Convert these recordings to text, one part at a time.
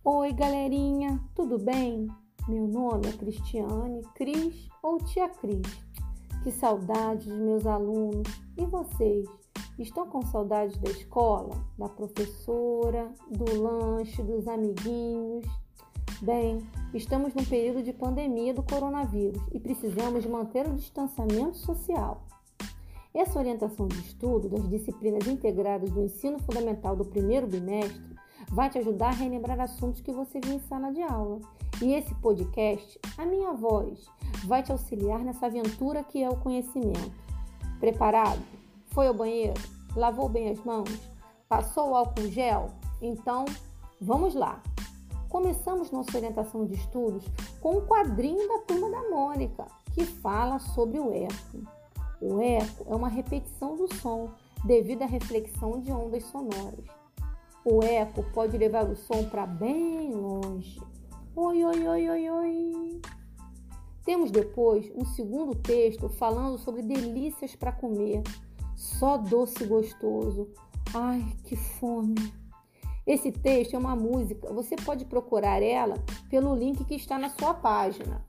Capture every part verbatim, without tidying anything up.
Oi, galerinha, tudo bem? Meu nome é Cristiane, Cris ou Tia Cris. Que saudade dos meus alunos. E vocês? Estão com saudade da escola, da professora, do lanche, dos amiguinhos? Bem, estamos num período de pandemia do coronavírus e precisamos manter o distanciamento social. Essa orientação de estudo das disciplinas integradas do ensino fundamental do primeiro bimestre vai te ajudar a relembrar assuntos que você viu em sala de aula. E esse podcast, a minha voz, vai te auxiliar nessa aventura que é o conhecimento. Preparado? Foi ao banheiro? Lavou bem as mãos? Passou o álcool gel? Então, vamos lá! Começamos nossa orientação de estudos com um quadrinho da Turma da Mônica, que fala sobre o eco. O eco é uma repetição do som devido à reflexão de ondas sonoras. O eco pode levar o som para bem longe. Oi, oi, oi, oi, oi. Temos depois um segundo texto falando sobre delícias para comer. Só doce gostoso. Ai, que fome. Esse texto é uma música. Você pode procurar ela pelo link que está na sua página.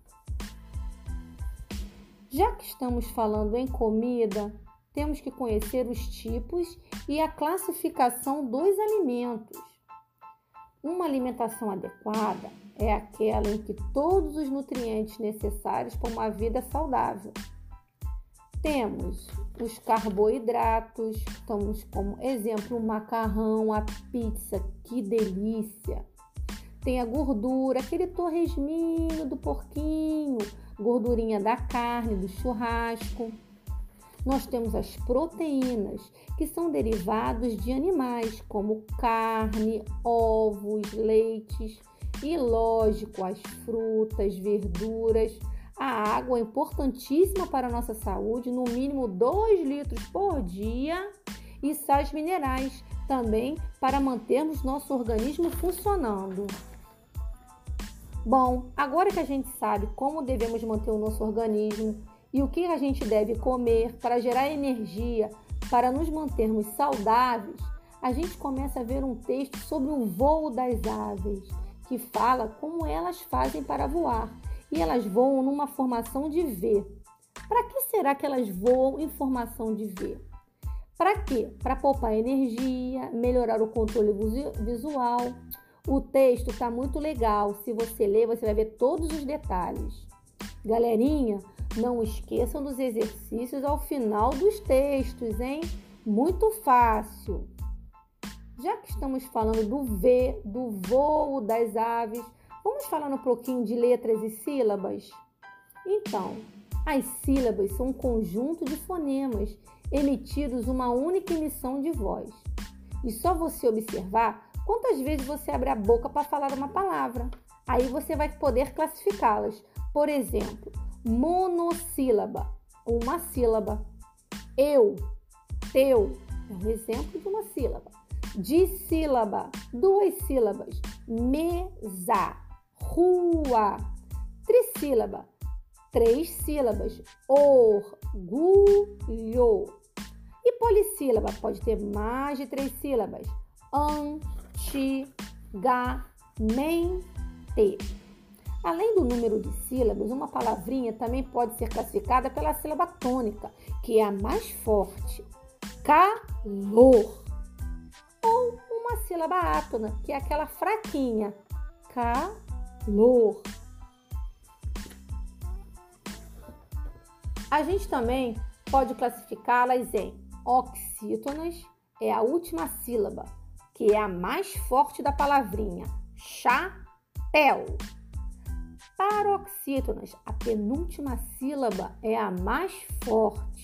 Já que estamos falando em comida, temos que conhecer os tipos e a classificação dos alimentos. Uma alimentação adequada é aquela em que todos os nutrientes necessários para uma vida saudável. Temos os carboidratos, temos como exemplo o macarrão, a pizza, que delícia! Tem a gordura, aquele torresminho do porquinho, gordurinha da carne, do churrasco. Nós temos as proteínas, que são derivados de animais, como carne, ovos, leites e, lógico, as frutas, verduras. A água é importantíssima para a nossa saúde, no mínimo dois litros por dia, e sais minerais também para mantermos nosso organismo funcionando. Bom, agora que a gente sabe como devemos manter o nosso organismo e o que a gente deve comer para gerar energia, para nos mantermos saudáveis, a gente começa a ver um texto sobre o voo das aves, que fala como elas fazem para voar. E elas voam numa formação de V. Para que será que elas voam em formação de V? Para quê? Para poupar energia, melhorar o controle visual. O texto está muito legal. Se você ler, você vai ver todos os detalhes. Galerinha, não esqueçam dos exercícios ao final dos textos, hein? Muito fácil. Já que estamos falando do V, do voo das aves, vamos falar um pouquinho de letras e sílabas? Então, as sílabas são um conjunto de fonemas emitidos uma única emissão de voz. E só você observar quantas vezes você abre a boca para falar uma palavra. Aí você vai poder classificá-las. Por exemplo, monossílaba, uma sílaba. Eu, teu, é um exemplo de uma sílaba. Dissílaba, duas sílabas. Mesa, rua. Trissílaba, três sílabas. Orgulho. E polissílaba pode ter mais de três sílabas. Antigamente. Além do número de sílabas, uma palavrinha também pode ser classificada pela sílaba tônica, que é a mais forte. Calor. Ou uma sílaba átona, que é aquela fraquinha. Calor. A gente também pode classificá-las em oxítonas, é a última sílaba, que é a mais forte da palavrinha. Chapéu. Paroxítonas, a penúltima sílaba é a mais forte.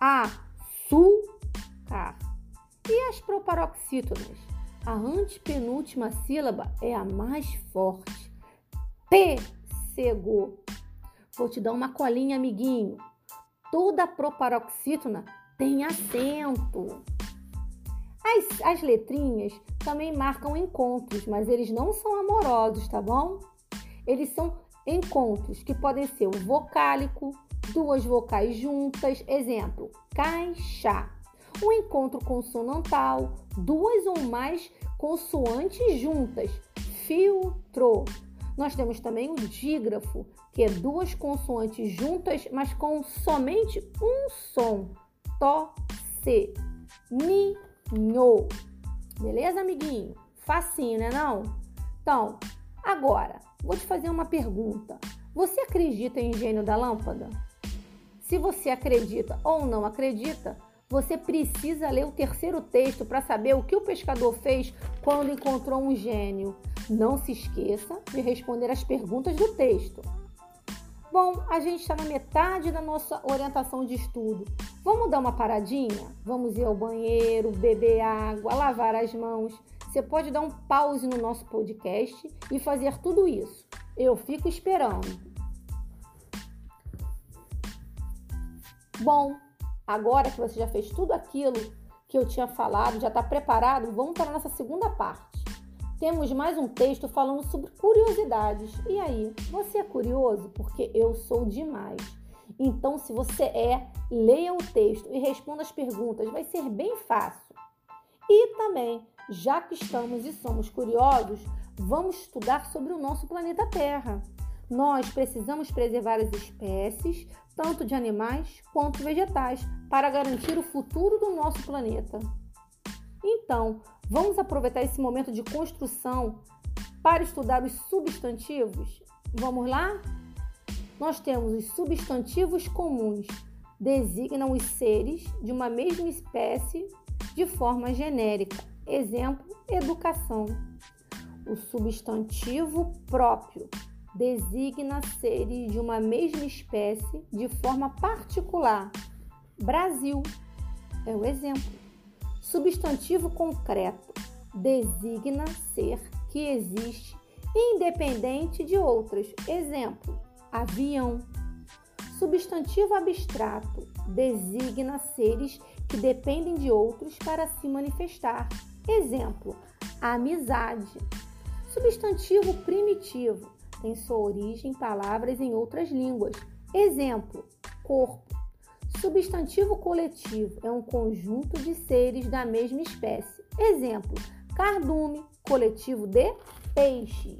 Açúcar. E as proparoxítonas, a antepenúltima sílaba é a mais forte. Pêssego. Vou te dar uma colinha, amiguinho. Toda proparoxítona tem acento. As, as letrinhas também marcam encontros, mas eles não são amorosos, tá bom? Eles são encontros que podem ser o vocálico, duas vocais juntas, exemplo, caixa. Um encontro consonantal, duas ou mais consoantes juntas, filtro. Nós temos também o dígrafo, que é duas consoantes juntas, mas com somente um som. To, se, ni, nho. Beleza, amiguinho? Facinho, né não? Então, agora, vou te fazer uma pergunta. Você acredita em gênio da lâmpada? Se você acredita ou não acredita, você precisa ler o terceiro texto para saber o que o pescador fez quando encontrou um gênio. Não se esqueça de responder as perguntas do texto. Bom, a gente está na metade da nossa orientação de estudo. Vamos dar uma paradinha? Vamos ir ao banheiro, beber água, lavar as mãos. Você pode dar um pause no nosso podcast e fazer tudo isso. Eu fico esperando. Bom, agora que você já fez tudo aquilo que eu tinha falado, já está preparado, vamos para a nossa segunda parte. Temos mais um texto falando sobre curiosidades. E aí, você é curioso? Porque eu sou demais. Então, se você é, leia o texto e responda as perguntas. Vai ser bem fácil. E também, já que estamos e somos curiosos, vamos estudar sobre o nosso planeta Terra. Nós precisamos preservar as espécies, tanto de animais quanto vegetais, para garantir o futuro do nosso planeta. Então, vamos aproveitar esse momento de construção para estudar os substantivos? Vamos lá? Nós temos os substantivos comuns, designam os seres de uma mesma espécie de forma genérica. Exemplo, educação. O substantivo próprio designa seres de uma mesma espécie de forma particular. Brasil é o exemplo. Substantivo concreto designa ser que existe independente de outras. Exemplo, avião. Substantivo abstrato designa seres que dependem de outros para se manifestar. Exemplo, amizade. Substantivo primitivo tem sua origem em palavras em outras línguas. Exemplo, corpo. Substantivo coletivo é um conjunto de seres da mesma espécie. Exemplo, cardume, coletivo de peixes.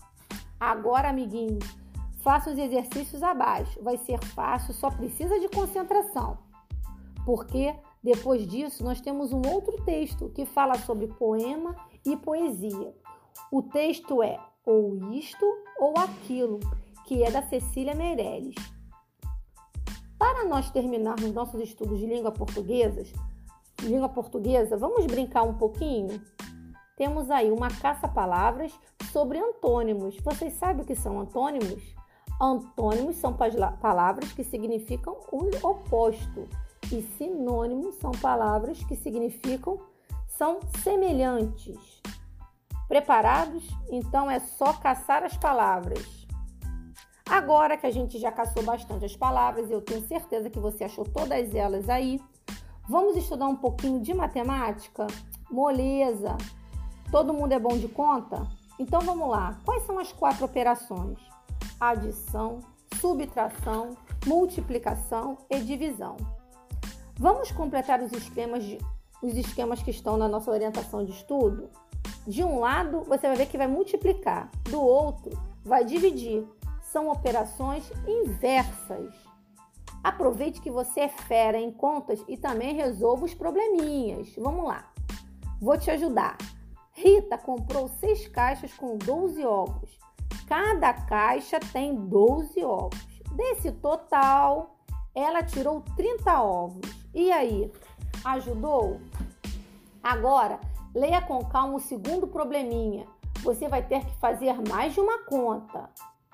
Agora, amiguinhos, faça os exercícios abaixo. Vai ser fácil, só precisa de concentração. Porque depois disso nós temos um outro texto que fala sobre poema e poesia. O texto é ou isto ou aquilo, que é da Cecília Meirelles. Para nós terminarmos nossos estudos de língua portuguesa, língua portuguesa, vamos brincar um pouquinho? Temos aí uma caça-palavras sobre antônimos. Vocês sabem o que são antônimos? Antônimos são palavras que significam o oposto. E sinônimos são palavras que significam, são semelhantes. Preparados? Então é só caçar as palavras. Agora que a gente já caçou bastante as palavras, eu tenho certeza que você achou todas elas aí, vamos estudar um pouquinho de matemática? Moleza! Todo mundo é bom de conta? Então vamos lá. Quais são as quatro operações? Adição, subtração, multiplicação e divisão. Vamos completar os esquemas, de, os esquemas que estão na nossa orientação de estudo? De um lado, você vai ver que vai multiplicar. Do outro, vai dividir. São operações inversas. Aproveite que você é fera em contas e também resolva os probleminhas. Vamos lá. Vou te ajudar. Rita comprou seis caixas com doze ovos. Cada caixa tem doze ovos. Desse total, ela tirou trinta ovos. E aí, ajudou? Agora, leia com calma o segundo probleminha. Você vai ter que fazer mais de uma conta.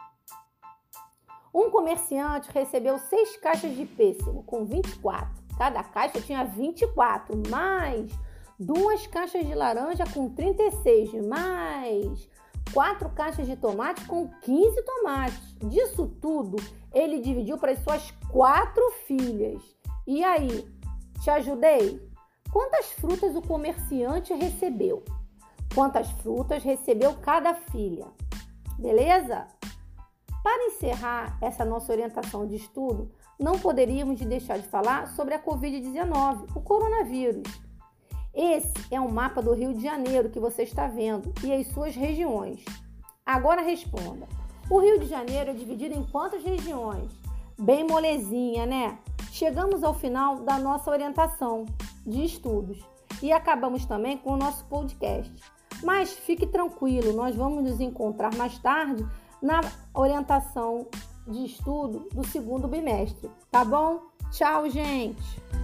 Um comerciante recebeu seis caixas de pêssego com vinte e quatro. Cada caixa tinha vinte e quatro, mais duas caixas de laranja com trinta e seis, mais quatro caixas de tomate com quinze tomates. Disso tudo, ele dividiu para as suas quatro filhas. E aí, te ajudei? Quantas frutas o comerciante recebeu? Quantas frutas recebeu cada filha? Beleza? Para encerrar essa nossa orientação de estudo, não poderíamos deixar de falar sobre a covid dezenove, o coronavírus. Esse é um mapa do Rio de Janeiro que você está vendo e as suas regiões. Agora responda. O Rio de Janeiro é dividido em quantas regiões? Bem molezinha, né? Chegamos ao final da nossa orientação de estudos e acabamos também com o nosso podcast. Mas fique tranquilo, nós vamos nos encontrar mais tarde na orientação de estudo do segundo bimestre, tá bom? Tchau, gente!